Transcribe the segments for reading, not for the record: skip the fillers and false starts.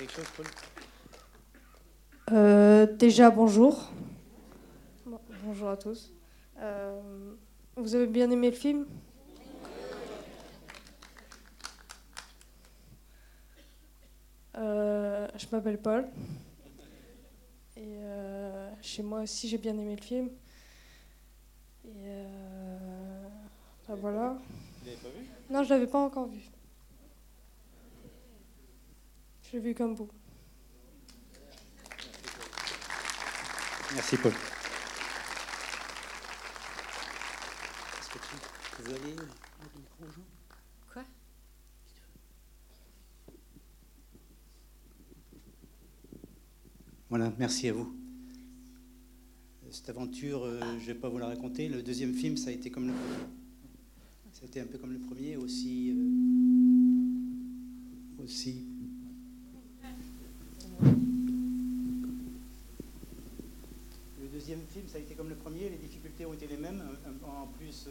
quelque chose, Paul? Déjà, bonjour. Bonjour à tous. Vous avez bien aimé le film? Je m'appelle Paul. Et chez moi aussi, j'ai bien aimé le film. Et voilà. Vous l'avez pas vu? Non, je l'avais pas encore vu. Je l'ai vu comme vous. Merci, Paul. Est-ce que tu veux aller au micro aux gens? Quoi? Voilà, merci à vous. Cette aventure, je ne vais pas vous la raconter. Le deuxième film, ça a été comme le premier. Ça a été un peu comme le premier, aussi. Le deuxième film, ça a été comme le premier. Les difficultés ont été les mêmes, en plus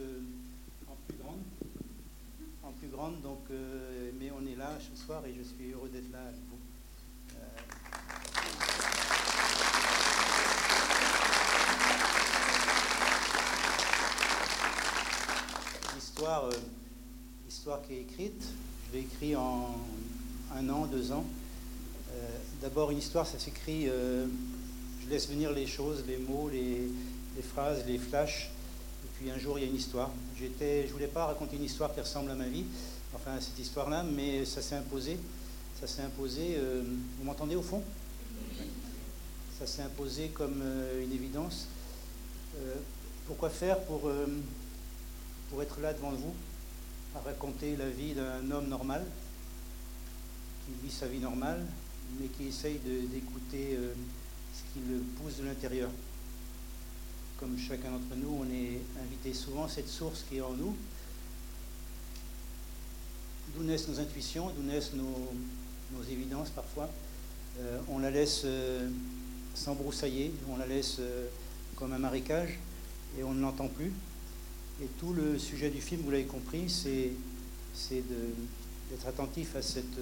grande. Donc, mais on est là ce soir et je suis heureux d'être là avec vous. L'histoire qui est écrite, je l'ai écrite en 1 an, 2 ans. D'abord, une histoire, ça s'écrit, je laisse venir les choses, les mots, les phrases, les flashs. Et puis un jour, il y a une histoire. Je ne voulais pas raconter une histoire qui ressemble à ma vie, enfin à cette histoire-là, mais ça s'est imposé. Vous m'entendez au fond? Ça s'est imposé comme une évidence. Pourquoi faire pour être là devant vous, à raconter la vie d'un homme normal, qui vit sa vie normale, mais qui essaye d'écouter ce qui le pousse de l'intérieur. Comme chacun d'entre nous, on est invité souvent à cette source qui est en nous, d'où naissent nos intuitions, d'où naissent nos évidences parfois. On la laisse s'embroussailler, on la laisse comme un marécage, et on ne l'entend plus. Et tout le sujet du film, vous l'avez compris, c'est d'être attentif à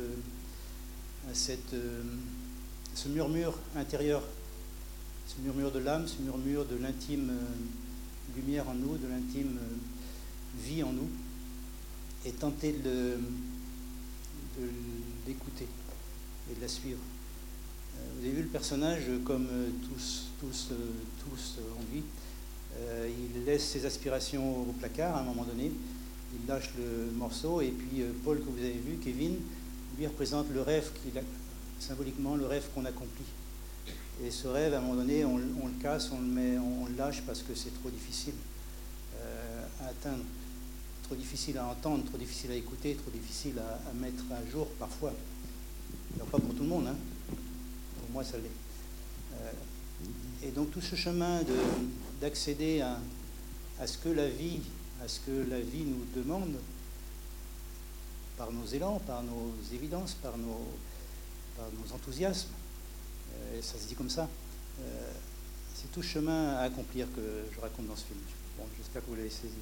ce murmure intérieur, ce murmure de l'âme, ce murmure de l'intime lumière en nous, de l'intime vie en nous, et tenter de l'écouter et de la suivre. Vous avez vu le personnage, comme tous en lui, il laisse ses aspirations au placard à un moment donné, il lâche le morceau, et puis Paul, que vous avez vu, Kevin, lui représente le rêve symboliquement le rêve qu'on accomplit. Et ce rêve, à un moment donné, on le casse, on le lâche parce que c'est trop difficile à atteindre, trop difficile à entendre, trop difficile à écouter, trop difficile à mettre à jour parfois. Alors pas pour tout le monde, hein. Pour moi ça l'est. Et donc tout ce chemin d'accéder à ce que la vie nous demande, par nos élans, par nos évidences, par nos enthousiasmes, et ça se dit comme ça, c'est tout ce chemin à accomplir que je raconte dans ce film. Bon, j'espère que vous l'avez saisi.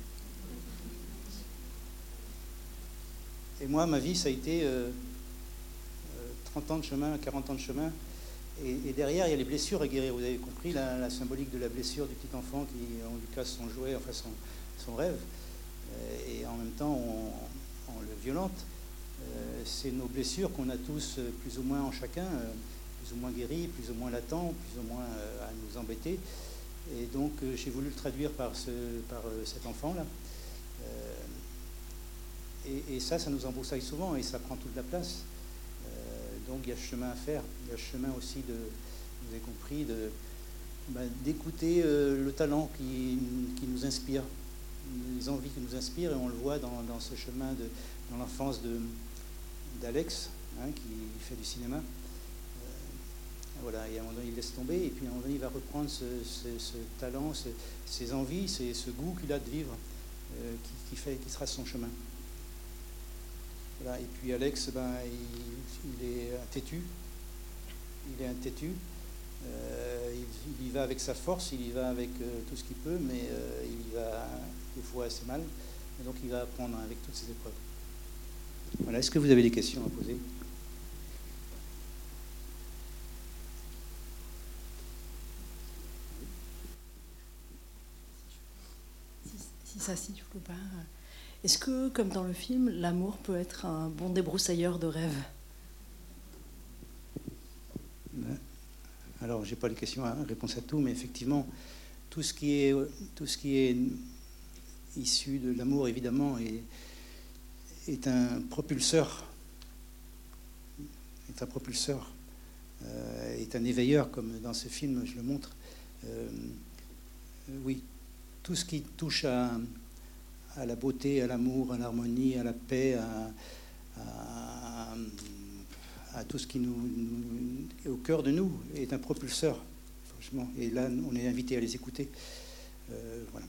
Et moi, ma vie, ça a été 30 ans de chemin, 40 ans de chemin. Et derrière, il y a les blessures à guérir. Vous avez compris la symbolique de la blessure du petit enfant qui, on lui casse son jouet, enfin son rêve. Et en même temps, on le violente. C'est nos blessures qu'on a tous plus ou moins en chacun, plus ou moins guéries, plus ou moins latents, plus ou moins à nous embêter. Et donc, j'ai voulu le traduire par cet enfant-là. Et ça nous embroussaille souvent et ça prend toute la place. Donc il y a ce chemin à faire. Il y a ce chemin aussi vous avez compris, d'écouter le talent qui nous inspire, les envies qui nous inspirent, et on le voit dans ce chemin dans l'enfance d'Alex, hein, qui fait du cinéma. Voilà, et à un moment donné, il laisse tomber, et puis à un moment donné, il va reprendre ce talent, ces envies, ce goût qu'il a de vivre, qui sera son chemin. Voilà, et puis Alex, il est un têtu. Il y va avec sa force, il y va avec tout ce qu'il peut, mais il y va des fois assez mal. Et donc il va apprendre avec toutes ces épreuves. Voilà, est-ce que vous avez des questions à poser? Si ça siffle ou pas. Est-ce que, comme dans le film, l'amour peut être un bon débroussailleur de rêves? Alors, j'ai pas les questions à réponse à tout, mais effectivement, tout ce qui est issu de l'amour, évidemment, est un propulseur, est un éveilleur, comme dans ce film, je le montre. Oui, tout ce qui touche à la beauté, à l'amour, à l'harmonie, à la paix, à tout ce qui nous est au cœur de nous, est un propulseur, franchement. Et là, on est invité à les écouter. Voilà.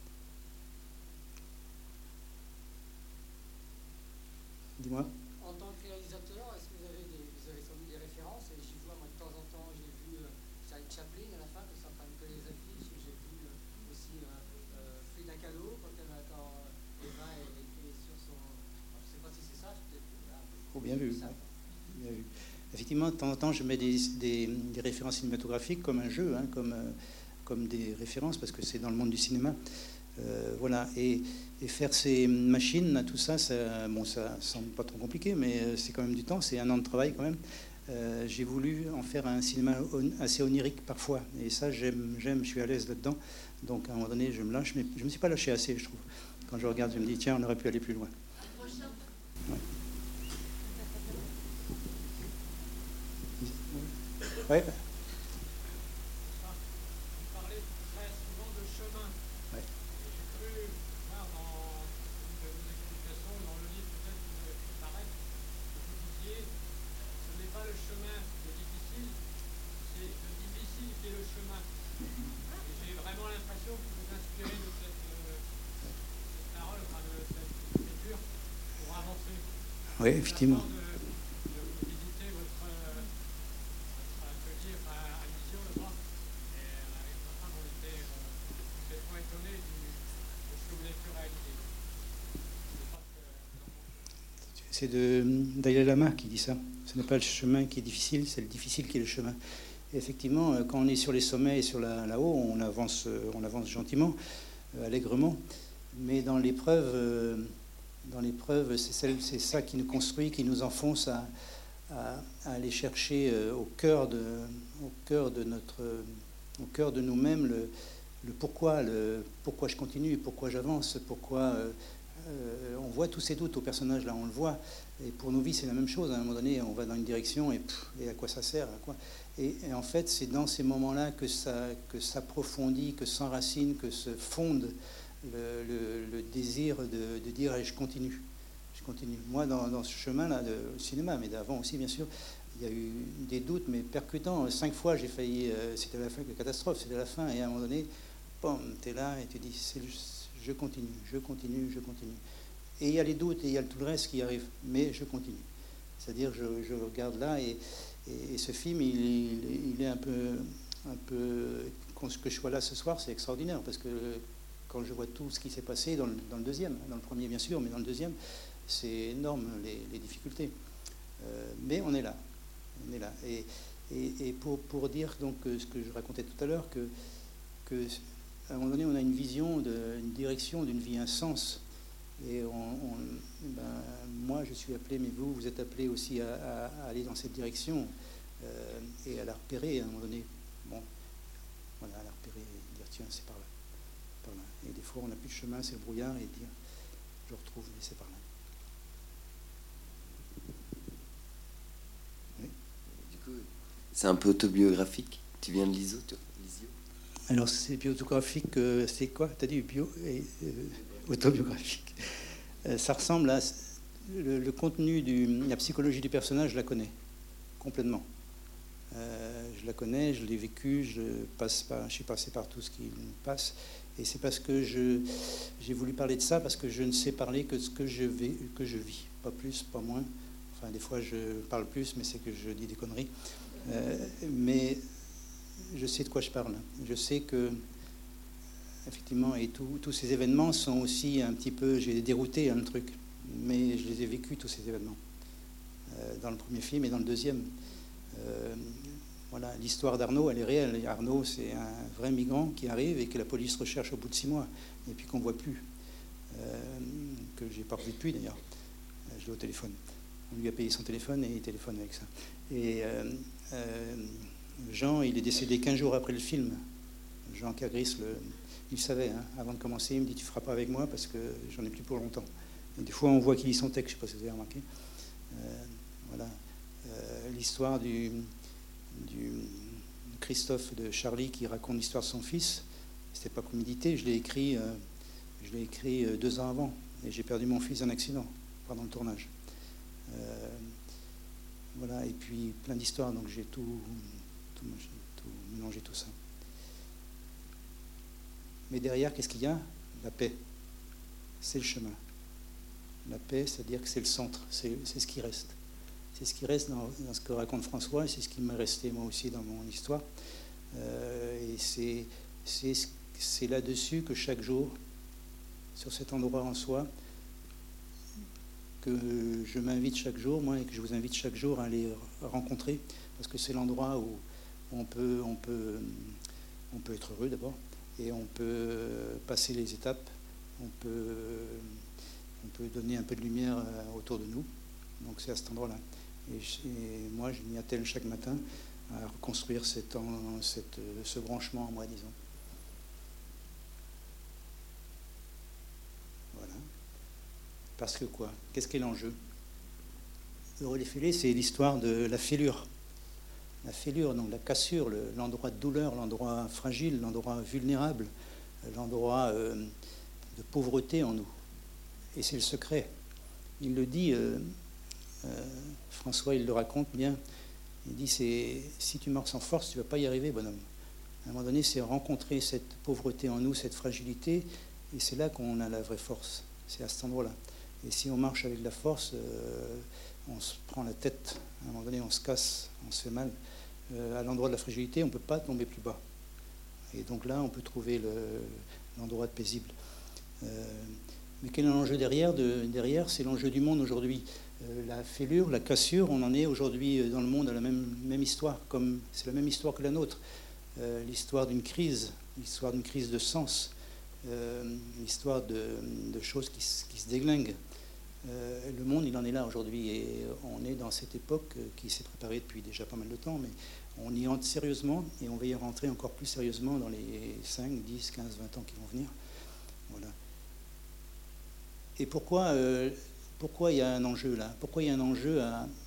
Dis-moi. En tant que réalisateur, est-ce que vous avez sans doute des références? Et je vois, moi, de temps en temps, j'ai vu Charlie Chaplin à la fin, que ça prenne que les affiches. J'ai vu aussi Frida Kahlo, quand Eva est sur son... Alors, je ne sais pas si c'est ça, peut-être... Oh, bien vu. Bien vu. Effectivement, de temps en temps, je mets des références cinématographiques comme un jeu, hein, comme des références, parce que c'est dans le monde du cinéma. Voilà, et faire ces machines, tout ça, bon, ça semble pas trop compliqué, mais c'est quand même du temps, c'est un an de travail quand même. J'ai voulu en faire un cinéma assez onirique parfois, et ça j'aime, je suis à l'aise là-dedans. Donc à un moment donné, je me lâche, mais je me suis pas lâché assez, je trouve. Quand je regarde, je me dis tiens, on aurait pu aller plus loin. Ouais. Ouais. Oui, effectivement. C'est de Dalai Lama qui dit ça. Ce n'est pas le chemin qui est difficile, c'est le difficile qui est le chemin. Et effectivement, quand on est sur les sommets et sur là-haut, on avance gentiment, allègrement. Mais dans l'épreuve, c'est ça qui nous construit, qui nous enfonce à aller chercher au cœur de nous-mêmes le pourquoi je continue, pourquoi j'avance, pourquoi on voit tous ces doutes au personnage là, on le voit. Et pour nos vies, c'est la même chose. À un moment donné, on va dans une direction et à quoi ça sert, à quoi et en fait, c'est dans ces moments-là que s'approfondit, que s'enracine, que se fonde le désir de dire je continue. Moi, dans ce chemin-là de cinéma, mais d'avant aussi, bien sûr, il y a eu des doutes, mais percutants. 5 fois, j'ai failli... c'était la catastrophe, c'était la fin. Et à un moment donné, boum, tu es là et tu dis je continue. Et il y a les doutes et il y a tout le reste qui arrive, mais je continue. C'est-à-dire, je regarde là et ce film, il est un peu... Que je sois là ce soir, c'est extraordinaire, parce que quand je vois tout ce qui s'est passé dans le deuxième, dans le premier bien sûr, mais dans le deuxième, c'est énorme les difficultés. Mais on est là. Et pour dire donc ce que je racontais tout à l'heure, que à un moment donné, on a une vision, une direction d'une vie, un sens. Et moi, je suis appelé, mais vous êtes appelé aussi à aller dans cette direction et à la repérer à un moment donné. Bon, voilà, à la repérer et dire tiens, c'est par là. Et des fois, on n'a plus de chemin, c'est le brouillard, et dire je retrouve, mais c'est par là. Oui. Du coup, c'est un peu autobiographique. Tu viens de l'ISO, Alors, c'est biographique, c'est quoi? Tu as dit bio et autobiographique. Ça ressemble à... Le contenu la psychologie du personnage, je la connais complètement. Je la connais, je l'ai vécu, je suis passé par tout ce qui me passe. Et c'est parce que j'ai voulu parler de ça, parce que je ne sais parler que ce que je vis. Pas plus, pas moins. Enfin, des fois, je parle plus, mais c'est que je dis des conneries. Mais je sais de quoi je parle. Je sais que, effectivement, et tous ces événements sont aussi un petit peu... J'ai dérouté le truc, mais je les ai vécus, tous ces événements, dans le premier film et dans le deuxième. Voilà, l'histoire d'Arnaud, elle est réelle. Et Arnaud, c'est un vrai migrant qui arrive et que la police recherche au bout de 6 mois, et puis qu'on ne voit plus, que j'ai pas revu depuis d'ailleurs. Je l'ai au téléphone. On lui a payé son téléphone et il téléphone avec ça. Et Jean, il est décédé 15 jours après le film. Jean Cagris, il savait, hein, avant de commencer, il me dit « Tu ne feras pas avec moi parce que j'en ai plus pour longtemps ». Et des fois, on voit qu'il lit son texte, je ne sais pas si vous avez remarqué. Voilà. L'histoire du Christophe de Charlie qui raconte l'histoire de son fils, c'était pas prémédité. Je l'ai écrit 2 ans avant, et j'ai perdu mon fils d'un accident pendant le tournage. Voilà, et puis plein d'histoires, donc j'ai tout mélangé, tout ça. Mais derrière, qu'est-ce qu'il y a? La paix. C'est le chemin. La paix, c'est-à-dire que c'est le centre, c'est ce qui reste. C'est ce qui reste dans ce que raconte François, et c'est ce qui m'est resté moi aussi dans mon histoire. Et c'est là-dessus que chaque jour, sur cet endroit en soi, que je m'invite chaque jour, moi, et que je vous invite chaque jour à aller rencontrer, parce que c'est l'endroit où on peut être heureux d'abord, et on peut passer les étapes, on peut donner un peu de lumière autour de nous. Donc c'est à cet endroit-là. Et moi, je m'y attelle chaque matin à reconstruire ce branchement en moi, disons. Voilà. Parce que quoi? Qu'est-ce qu'est l'enjeu? Heureux les fêlés, c'est l'histoire de la fêlure. La fêlure, donc la cassure, l'endroit de douleur, l'endroit fragile, l'endroit vulnérable, l'endroit de pauvreté en nous. Et c'est le secret. Il le dit, François, il le raconte bien. Il dit, si tu marches sans force, tu ne vas pas y arriver, bonhomme. À un moment donné, c'est rencontrer cette pauvreté en nous, cette fragilité, et c'est là qu'on a la vraie force. C'est à cet endroit-là. Et si on marche avec de la force, on se prend la tête. À un moment donné, on se casse, on se fait mal. À l'endroit de la fragilité, on ne peut pas tomber plus bas. Et donc là, on peut trouver l'endroit paisible. Mais quel est l'enjeu derrière? Derrière, c'est l'enjeu du monde aujourd'hui. La fêlure, la cassure, on en est aujourd'hui dans le monde à la même histoire, comme c'est la même histoire que la nôtre. L'histoire d'une crise de sens, l'histoire de choses qui se déglinguent. Le monde, il en est là aujourd'hui, et on est dans cette époque qui s'est préparée depuis déjà pas mal de temps, mais on y entre sérieusement, et on va y rentrer encore plus sérieusement dans les 5, 10, 15, 20 ans qui vont venir. Voilà. Et pourquoi il y a un enjeu là? Pourquoi il y a un enjeu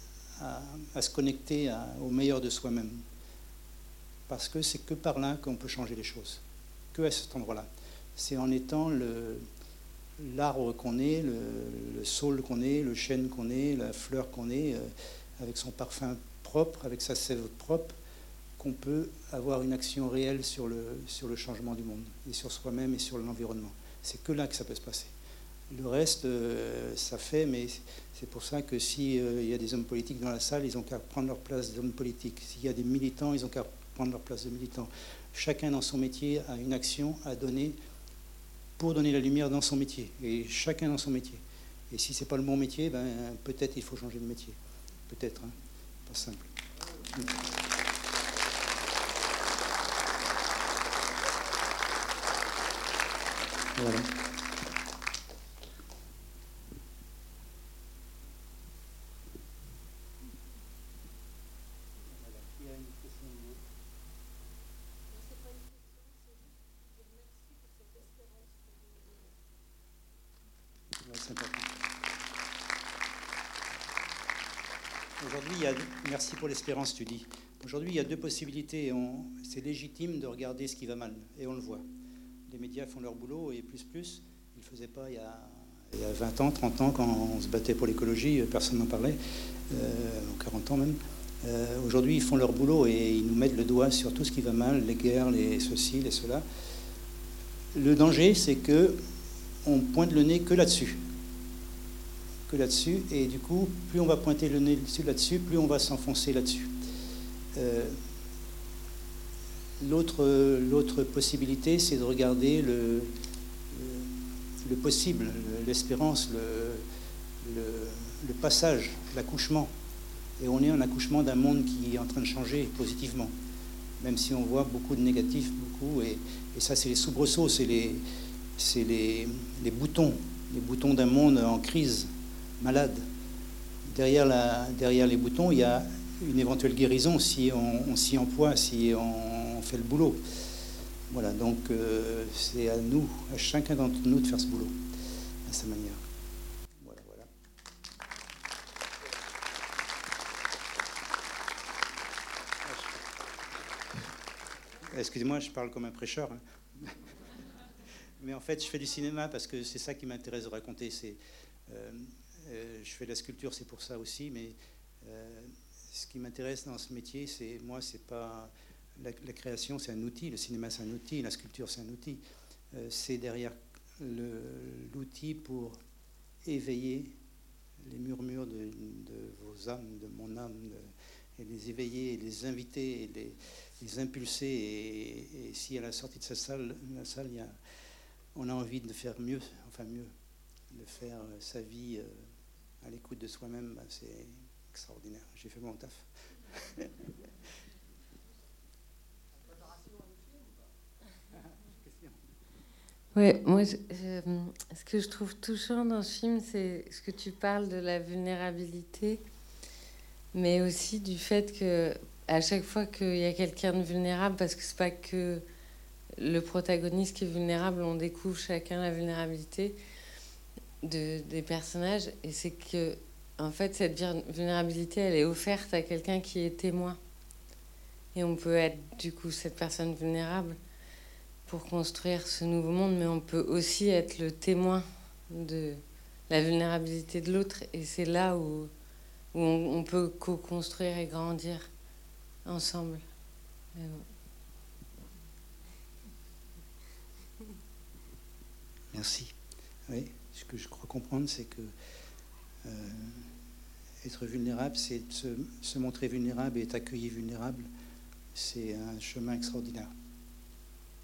à se connecter au meilleur de soi-même? Parce que c'est que par là qu'on peut changer les choses, que à cet endroit-là. C'est en étant l'arbre qu'on est, le saule qu'on est, le chêne qu'on est, la fleur qu'on est, avec son parfum propre, avec sa sève propre, qu'on peut avoir une action réelle sur le changement du monde, et sur soi-même et sur l'environnement. C'est que là que ça peut se passer. Le reste, ça fait, mais c'est pour ça que s'il y a des hommes politiques dans la salle, ils n'ont qu'à prendre leur place d'hommes politiques. S'il y a des militants, ils n'ont qu'à prendre leur place de militants. Chacun dans son métier a une action à donner pour donner la lumière dans son métier. Et chacun dans son métier. Et si ce n'est pas le bon métier, ben, peut-être il faut changer de métier. Peut-être, hein. Pas simple. Voilà. Aujourd'hui, merci pour l'espérance, tu dis. Aujourd'hui, il y a deux possibilités. C'est légitime de regarder ce qui va mal, et on le voit. Les médias font leur boulot, et plus. Ils ne le faisaient pas il y a 20 ans, 30 ans, quand on se battait pour l'écologie, personne n'en parlait, 40 ans même. Aujourd'hui, ils font leur boulot, et ils nous mettent le doigt sur tout ce qui va mal, les guerres, les ceci, les cela. Le danger, c'est qu'on pointe le nez que là-dessus. Et du coup, plus on va pointer le nez là-dessus, plus on va s'enfoncer là-dessus. L'autre possibilité, c'est de regarder le possible, l'espérance, le passage, l'accouchement. Et on est en accouchement d'un monde qui est en train de changer positivement, même si on voit beaucoup de négatifs, beaucoup. Et ça, c'est les soubresauts, c'est les boutons d'un monde en crise, malade. Derrière les boutons, il y a une éventuelle guérison si on s'y emploie, si on fait le boulot. Voilà, donc c'est à nous, à chacun d'entre nous de faire ce boulot, à sa manière. Voilà, voilà. Excusez-moi, je parle comme un prêcheur. Hein. Mais en fait, je fais du cinéma parce que c'est ça qui m'intéresse de raconter. Je fais de la sculpture, c'est pour ça aussi, mais ce qui m'intéresse dans ce métier, c'est pas la création, c'est un outil, le cinéma c'est un outil, la sculpture c'est un outil. C'est derrière l'outil pour éveiller les murmures de vos âmes, de mon âme, et les éveiller, et les inviter, et les impulser. Et si à la sortie de la salle, on a envie de faire mieux, de faire sa vie à l'écoute de soi-même, c'est extraordinaire. J'ai fait mon taf. Ouais, moi, ce que je trouve touchant dans ce film, c'est ce que tu parles de la vulnérabilité, mais aussi du fait que à chaque fois qu'il y a quelqu'un de vulnérable, parce que c'est pas que le protagoniste qui est vulnérable, on découvre chacun la vulnérabilité des personnages, et c'est que en fait cette vulnérabilité, elle est offerte à quelqu'un qui est témoin, et on peut être du coup cette personne vulnérable pour construire ce nouveau monde, mais on peut aussi être le témoin de la vulnérabilité de l'autre, et c'est là où on peut co-construire et grandir ensemble. Et bon. Merci. Oui, ce que je crois comprendre, c'est que être vulnérable, c'est se montrer vulnérable et être accueilli vulnérable. C'est un chemin extraordinaire. C'est ça ?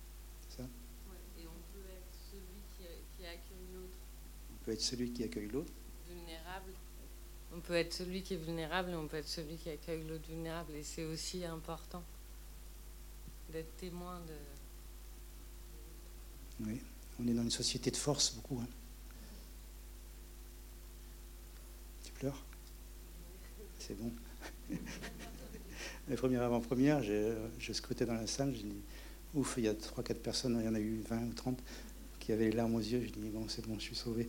Ouais, et on peut être celui qui accueille l'autre. On peut être celui qui accueille l'autre. Vulnérable. On peut être celui qui est vulnérable et on peut être celui qui accueille l'autre vulnérable. Et c'est aussi important d'être témoin de... Oui, on est dans une société de force, beaucoup. Hein. Tu pleures ? C'est bon. La première avant-première, je scrutais dans la salle, j'ai dit, ouf, il y a 3-4 personnes, il y en a eu 20 ou 30 qui avaient les larmes aux yeux. J'ai dit, bon, c'est bon, je suis sauvé.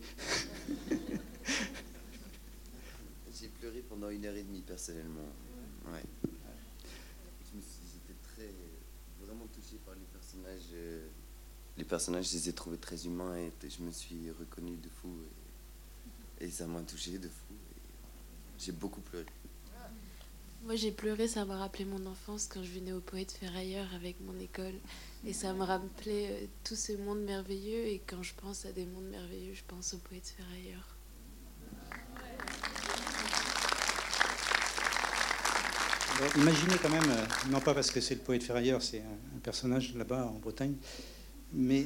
J'ai pleuré pendant 1h30, personnellement. Ouais. J'étais vraiment touché par les personnages. Les personnages, je les ai trouvés très humains et je me suis reconnu de fou. Et ça m'a touché de fou. J'ai beaucoup pleuré. Moi, j'ai pleuré, ça m'a rappelé mon enfance quand je venais au Poète Ferrailleur avec mon école. Et ça me rappelait tout ce monde merveilleux. Et quand je pense à des mondes merveilleux, je pense au Poète Ferrailleur. Imaginez quand même, non pas parce que c'est le Poète Ferrailleur, c'est un personnage là-bas en Bretagne, mais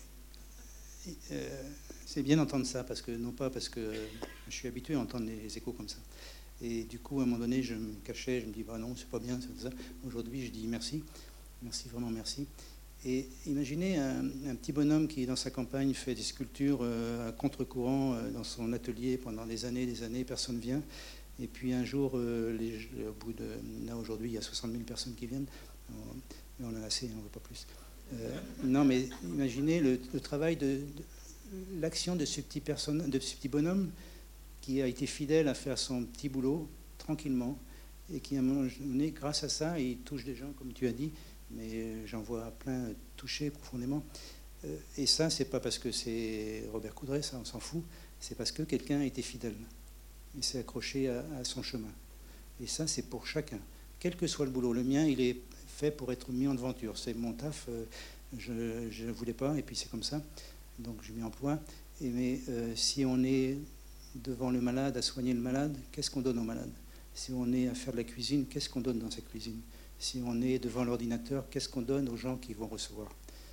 c'est bien d'entendre ça, parce que non pas parce que je suis habitué à entendre des échos comme ça. Et du coup, à un moment donné, je me cachais, je me dis, bah non, c'est pas bien, c'est ça. Aujourd'hui, je dis merci, vraiment merci. Et imaginez un petit bonhomme qui, dans sa campagne, fait des sculptures à contre-courant dans son atelier pendant des années, personne ne vient. Et puis un jour, au bout de... Là, aujourd'hui, il y a 60 000 personnes qui viennent. Mais on en a assez, on ne veut pas plus. Non, mais imaginez le travail l'action de ce petit bonhomme qui a été fidèle à faire son petit boulot tranquillement et qui, à un moment donné, grâce à ça, il touche des gens, comme tu as dit, mais j'en vois plein touchés profondément. Et ça, c'est pas parce que c'est Robert Coudray, ça, on s'en fout, c'est parce que quelqu'un a été fidèle. Il s'est accroché à son chemin. Et ça, c'est pour chacun, quel que soit le boulot. Le mien, il est fait pour être mis en devanture. C'est mon taf, je ne voulais pas, et puis c'est comme ça. Donc je m'y emploie. Mais si on est devant le malade, à soigner le malade, qu'est-ce qu'on donne au malade? Si on est à faire de la cuisine, qu'est-ce qu'on donne dans cette cuisine? Si on est devant l'ordinateur, qu'est-ce qu'on donne aux gens qui vont recevoir?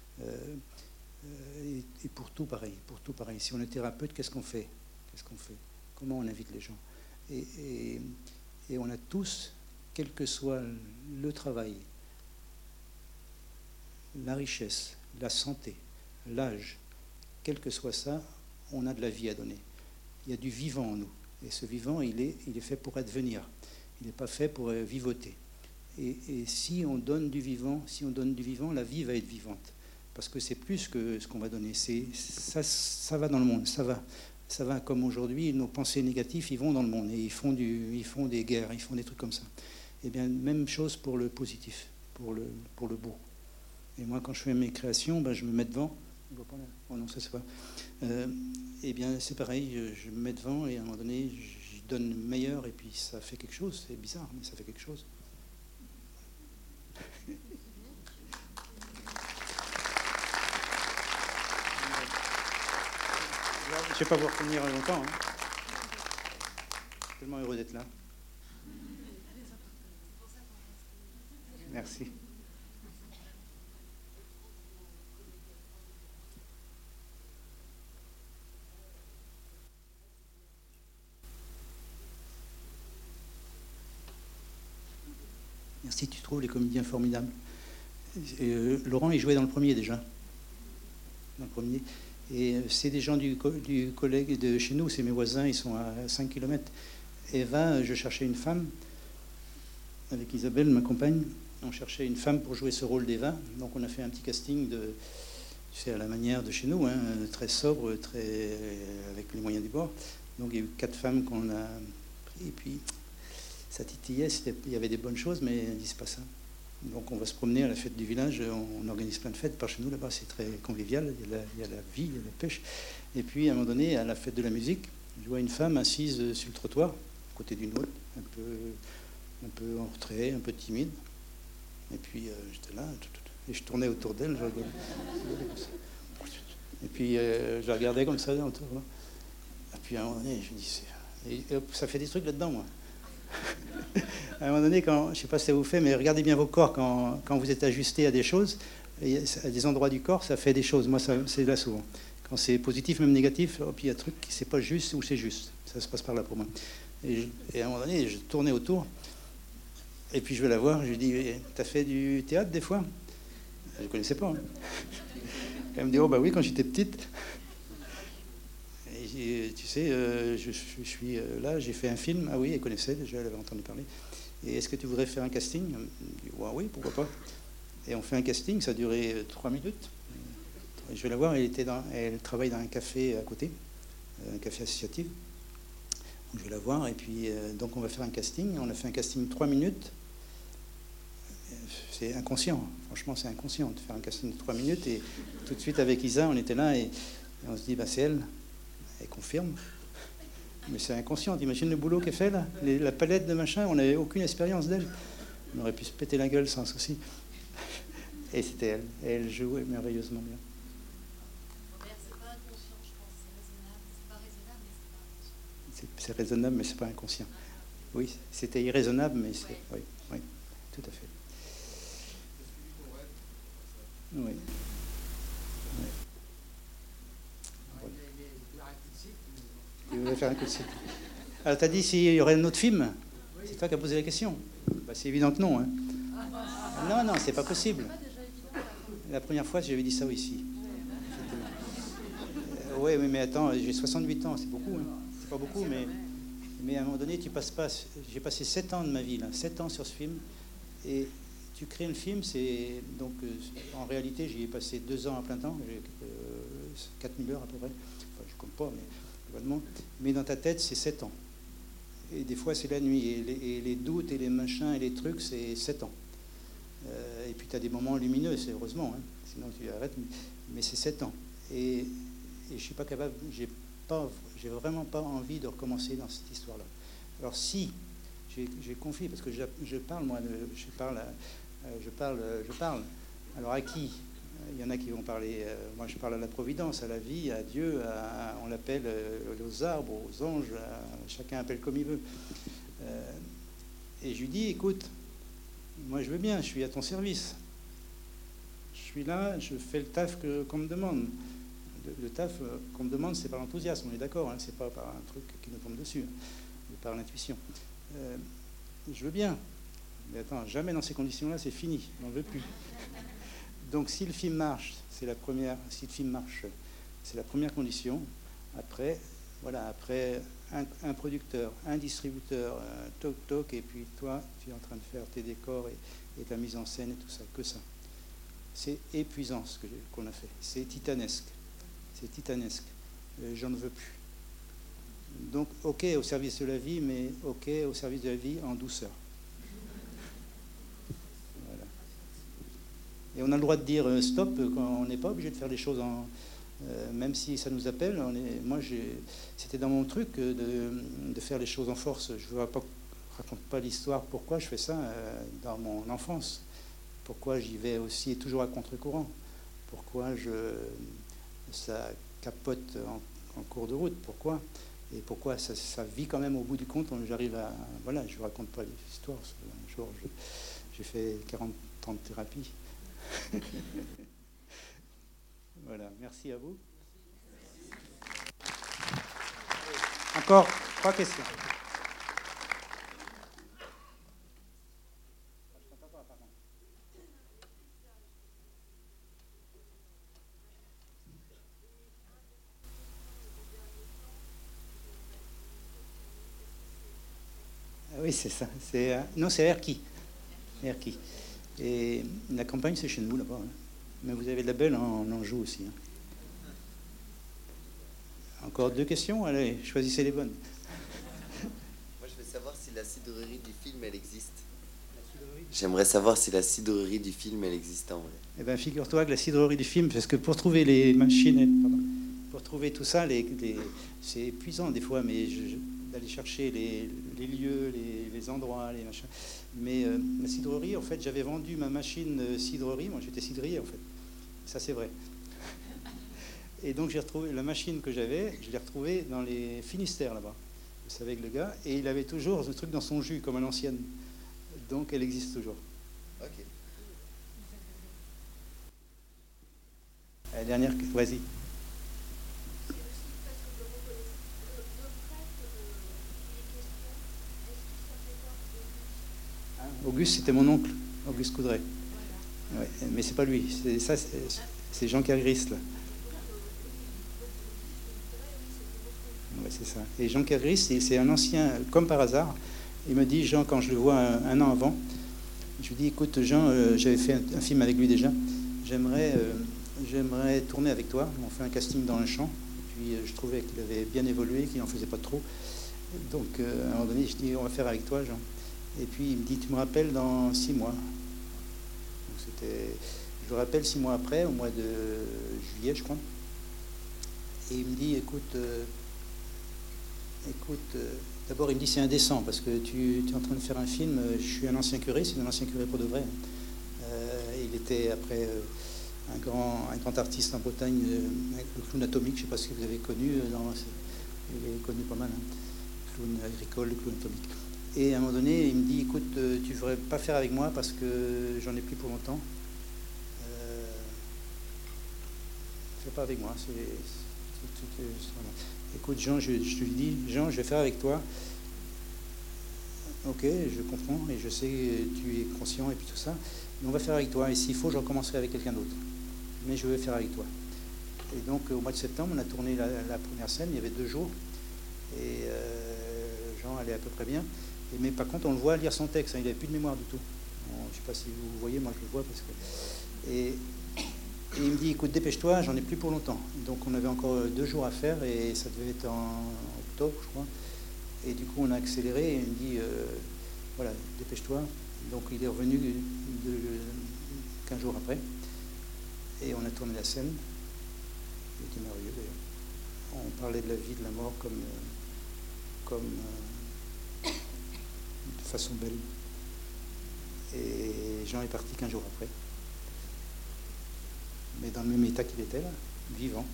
Et pour tout pareil, Si on est thérapeute, qu'est-ce qu'on fait? Comment on invite les gens? Et Et on a tous, quel que soit le travail, la richesse, la santé, l'âge, quel que soit ça, on a de la vie à donner. Il y a du vivant en nous. Et ce vivant, il est fait pour advenir. Il n'est pas fait pour vivoter. Et si on donne du vivant, la vie va être vivante. Parce que c'est plus que ce qu'on va donner. Ça va dans le monde, ça va comme aujourd'hui, nos pensées négatives, ils vont dans le monde. Et ils font des guerres, ils font des trucs comme ça. Et bien, même chose pour le positif, pour le beau. Et moi, quand je fais mes créations, ben, je me mets devant. Oh non, ça c'est pas. Eh bien, c'est pareil, je me mets devant et à un moment donné, je donne le meilleur et puis ça fait quelque chose. C'est bizarre, mais ça fait quelque chose. Je ne vais pas vous retenir longtemps. Hein. Je suis tellement heureux d'être là. Merci. Merci, tu trouves les comédiens formidables. Laurent, il jouait dans le premier déjà. Dans le premier. Et c'est des gens du collègue de chez nous, c'est mes voisins, ils sont à 5 km. Eva, je cherchais une femme, avec Isabelle, ma compagne, on cherchait une femme pour jouer ce rôle d'Eva. Donc on a fait un petit casting à la manière de chez nous, hein, très sobre, avec les moyens du bord. Donc il y a eu 4 femmes qu'on a pris, et puis ça titillait, il y avait des bonnes choses, mais ils disent pas ça. Donc on va se promener à la fête du village, on organise plein de fêtes par chez nous là-bas, c'est très convivial, il y a la vie, il y a la pêche. Et puis à un moment donné, à la fête de la musique, je vois une femme assise sur le trottoir, à côté d'une autre, un peu en retrait, un peu timide. Et puis j'étais là, et je tournais autour d'elle, je regardais. Et puis je la regardais comme ça autour. Là. Et puis à un moment donné, je me dis, et hop, ça fait des trucs là-dedans, moi. À un moment donné, je ne sais pas si ça vous fait, mais regardez bien vos corps quand vous êtes ajusté à des choses, à des endroits du corps, ça fait des choses. Moi, c'est là souvent. Quand c'est positif, même négatif, puis il y a un truc, c'est pas juste ou c'est juste. Ça se passe par là pour moi. Et à un moment donné, je tournais autour, et puis je vais la voir, je lui dis, t'as fait du théâtre des fois? Je ne connaissais pas. Hein. Elle me dit, oh bah oui, quand j'étais petite. Et tu sais, je suis là, j'ai fait un film. Ah oui, elle connaissait déjà, elle avait entendu parler. Et est-ce que tu voudrais faire un casting? Elle me dit, ouais, oui, pourquoi pas. Et on fait un casting, ça a duré 3 minutes. Et je vais la voir, elle travaille dans un café à côté, un café associatif. Donc je vais la voir, et puis donc on va faire un casting. On a fait un casting 3 minutes. C'est inconscient, franchement, c'est inconscient de faire un casting de 3 minutes. Et tout de suite, avec Isa, on était là, et on se dit, bah, c'est elle. Elle confirme. Mais c'est inconscient. T'imagines le boulot qu'elle fait, là? La palette de machin, on n'avait aucune expérience d'elle. On aurait pu se péter la gueule sans souci. Et c'était elle. Et elle jouait merveilleusement bien. C'est pas inconscient, je pense. C'est raisonnable. C'est pas raisonnable, mais c'est pas inconscient. C'est raisonnable, mais c'est pas inconscient. Oui, c'était irraisonnable, mais c'est... Oui, oui, tout à fait. Oui. Oui. Tu voulais faire un coup de cycle. Alors, tu as dit s'il y aurait un autre film? C'est toi qui as posé la question. Bah, c'est évident que non. Hein. Non, non, c'est pas possible. La première fois, j'avais dit ça ici. Oui, mais attends, j'ai 68 ans, c'est beaucoup. Hein. C'est pas beaucoup, mais à un moment donné, tu passes pas... J'ai passé 7 ans de ma vie, là, 7 ans sur ce film. Et tu crées un film, c'est... Donc, en réalité, j'y ai passé 2 ans à plein temps. J'ai 4000 heures à peu près. Enfin, je compte pas, mais dans ta tête, c'est 7 ans. Et des fois, c'est la nuit. Et les doutes et les machins et les trucs, c'est 7 ans. Et puis, tu as des moments lumineux, c'est heureusement. Hein. Sinon, tu arrêtes. Mais c'est 7 ans. Et je ne suis pas capable, j'ai vraiment pas envie de recommencer dans cette histoire-là. Alors, si, j'ai confié, parce que je parle, moi, je parle. Alors, à qui? Il y en a qui vont parler, moi je parle à la Providence, à la vie, à Dieu, on l'appelle aux arbres, aux anges, chacun appelle comme il veut. Et je lui dis, écoute, moi je veux bien, je suis à ton service. Je suis là, je fais le taf qu'on me demande. Le taf qu'on me demande, c'est par l'enthousiasme, on est d'accord, hein, c'est pas par un truc qui nous tombe dessus, mais par l'intuition. Je veux bien. Mais attends, jamais dans ces conditions-là, c'est fini. On n'en veut plus. Donc, si le film marche, c'est la première. Si le film marche, c'est la première condition. Après, voilà, après un producteur, un distributeur, toc, et puis toi, tu es en train de faire tes décors et ta mise en scène et tout ça, que ça. C'est épuisant ce qu'on a fait. C'est titanesque. C'est titanesque. J'en veux plus. Donc, ok au service de la vie, mais ok au service de la vie en douceur. Voilà. Et on a le droit de dire stop quand on n'est pas obligé de faire les choses même si ça nous appelle. C'était dans mon truc de faire les choses en force. Je ne raconte pas l'histoire pourquoi je fais ça dans mon enfance. Pourquoi j'y vais aussi toujours à contre-courant. Pourquoi ça capote en cours de route. Pourquoi. Et pourquoi ça vit quand même au bout du compte. J'arrive à... Voilà, je ne vous raconte pas l'histoire. Un jour, j'ai fait 40 ans de thérapie. Voilà, merci à vous. Encore 3 questions. Oui, c'est ça. Non, c'est Erquy. Erquy. Et la campagne, c'est chez nous, là-bas. Hein. Mais vous avez de la belle en Anjou aussi. Hein. Encore 2 questions? Allez, choisissez les bonnes. Moi, je veux savoir si la cidrerie du film, elle existe. J'aimerais savoir si la cidrerie du film, elle existe en vrai. Eh bien, figure-toi que la cidrerie du film, parce que pour trouver les machines, pour trouver tout ça, c'est épuisant des fois, mais d'aller chercher les lieux, les endroits, les machins. Mais la cidrerie, en fait, j'avais vendu ma machine cidrerie. Moi, j'étais cidrier, en fait. Ça, c'est vrai. Et donc, j'ai retrouvé la machine que j'avais, je l'ai retrouvée dans les Finistères, là-bas. Vous savez, avec le gars. Et il avait toujours ce truc dans son jus, comme à l'ancienne. Donc, elle existe toujours. Ok. La dernière, vas-y. Auguste, c'était mon oncle, Auguste Coudray. Ouais, mais c'est pas lui, c'est Jean Kergris, là. Ouais, c'est ça. Et Jean Kergris, c'est un ancien, comme par hasard, il me dit, Jean, quand je le vois un an avant, je lui dis, écoute, Jean, j'avais fait un film avec lui déjà, j'aimerais tourner avec toi. On fait un casting dans un champ, et puis je trouvais qu'il avait bien évolué, qu'il n'en faisait pas trop. Donc, à un moment donné, je dis, on va faire avec toi, Jean. Et puis il me dit, tu me rappelles dans 6 mois. Donc je le rappelle 6 mois après, au mois de juillet, je crois. Et il me dit, écoute, d'abord il me dit, c'est indécent, parce que tu es en train de faire un film, je suis un ancien curé, c'est un ancien curé pour de vrai. Il était après un grand artiste en Bretagne, avec le clown atomique, je ne sais pas si vous avez connu, il est connu pas mal, hein. Clown agricole, le clown atomique. Et à un moment donné, il me dit, écoute, tu ne devrais pas faire avec moi parce que j'en ai plus pour longtemps. Fais pas avec moi. Écoute, Jean, je lui dis, Jean, je vais faire avec toi. Ok, je comprends et je sais que tu es conscient et puis tout ça. Mais on va faire avec toi. Et s'il faut, je recommencerai avec quelqu'un d'autre. Mais je vais faire avec toi. Et donc, au mois de septembre, on a tourné la première scène. Il y avait 2 jours. Et Jean allait à peu près bien. Mais par contre, on le voit lire son texte. Hein, il n'avait plus de mémoire du tout. Je ne sais pas si vous voyez, moi je le vois. Et il me dit, écoute, dépêche-toi, j'en ai plus pour longtemps. Donc on avait encore 2 jours à faire et ça devait être en octobre, je crois. Et du coup, on a accéléré et il me dit, voilà, dépêche-toi. Donc il est revenu 15 jours après. Et on a tourné la scène. C'était merveilleux d'ailleurs. On parlait de la vie, de la mort comme de façon belle. Et Jean est parti 15 jours après. Mais dans le même état qu'il était là, vivant.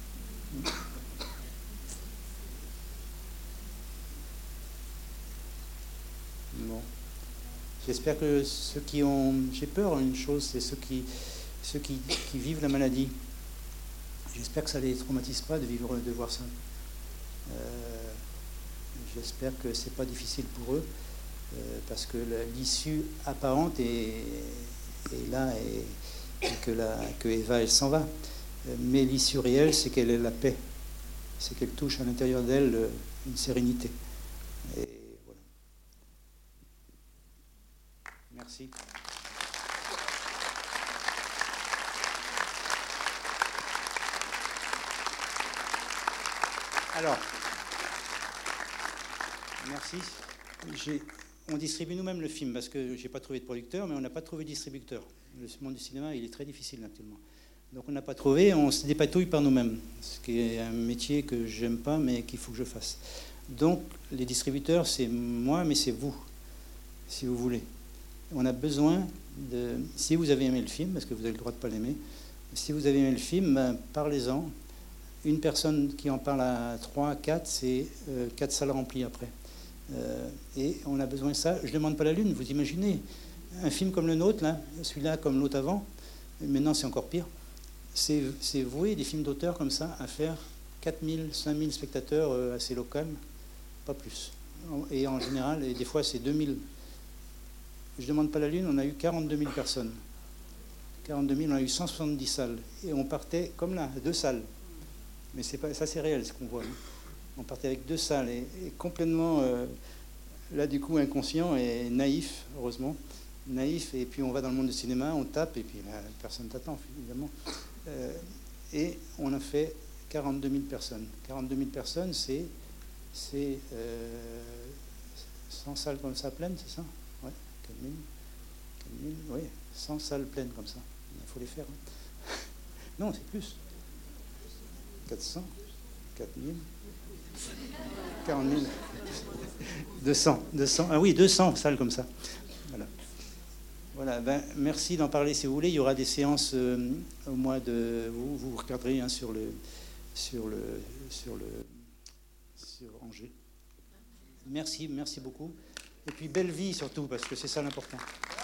Bon. J'espère que ceux qui ont... J'ai peur d'une chose, c'est ceux qui vivent la maladie. J'espère que ça ne les traumatise pas de voir ça. J'espère que c'est pas difficile pour eux. parce que l'issue apparente est là et que Eva, elle s'en va. Mais l'issue réelle, c'est qu'elle est la paix. C'est qu'elle touche à l'intérieur d'elle une sérénité. Et voilà. Merci. Alors, merci. On distribue nous-mêmes le film parce que je n'ai pas trouvé de producteur, mais on n'a pas trouvé de distributeur. Le monde du cinéma, il est très difficile actuellement. Donc on n'a pas trouvé, on se dépatouille par nous-mêmes, ce qui est un métier que j'aime pas, mais qu'il faut que je fasse. Donc les distributeurs, c'est moi, mais c'est vous, si vous voulez. On a besoin de... Si vous avez aimé le film, parce que vous avez le droit de ne pas l'aimer, si vous avez aimé le film, ben, parlez-en. Une personne qui en parle à 3, 4, c'est 4 salles remplies après. Et on a besoin de ça. Je ne demande pas la lune, vous imaginez. Un film comme le nôtre, là, celui-là comme l'autre avant, maintenant c'est encore pire. C'est voué, des films d'auteur comme ça, à faire 4000, 5000 spectateurs assez locaux, pas plus. Et en général, et des fois c'est 2000. Je ne demande pas la lune, on a eu 42 000 personnes. 42 000, on a eu 170 salles. Et on partait comme là, 2 salles. Mais c'est pas, ça c'est réel ce qu'on voit. On partait avec 2 salles et complètement, là du coup, inconscient et naïf, heureusement. Naïf, et puis on va dans le monde du cinéma, on tape, et puis là, personne t'attend, évidemment. Et on a fait 42 000 personnes. 42 000 personnes, c'est 100 salles comme ça pleines, c'est ça? Ouais, 4 000, oui, 100 salles pleines comme ça. Il faut les faire. Hein. Non, c'est plus. 400, 4 000, 40 000, 200. Ah oui, 200 salles comme ça. Voilà. Voilà, ben, merci d'en parler si vous voulez. Il y aura des séances au mois de... Vous regarderez hein, sur Angers. Merci beaucoup. Et puis belle vie surtout, parce que c'est ça l'important.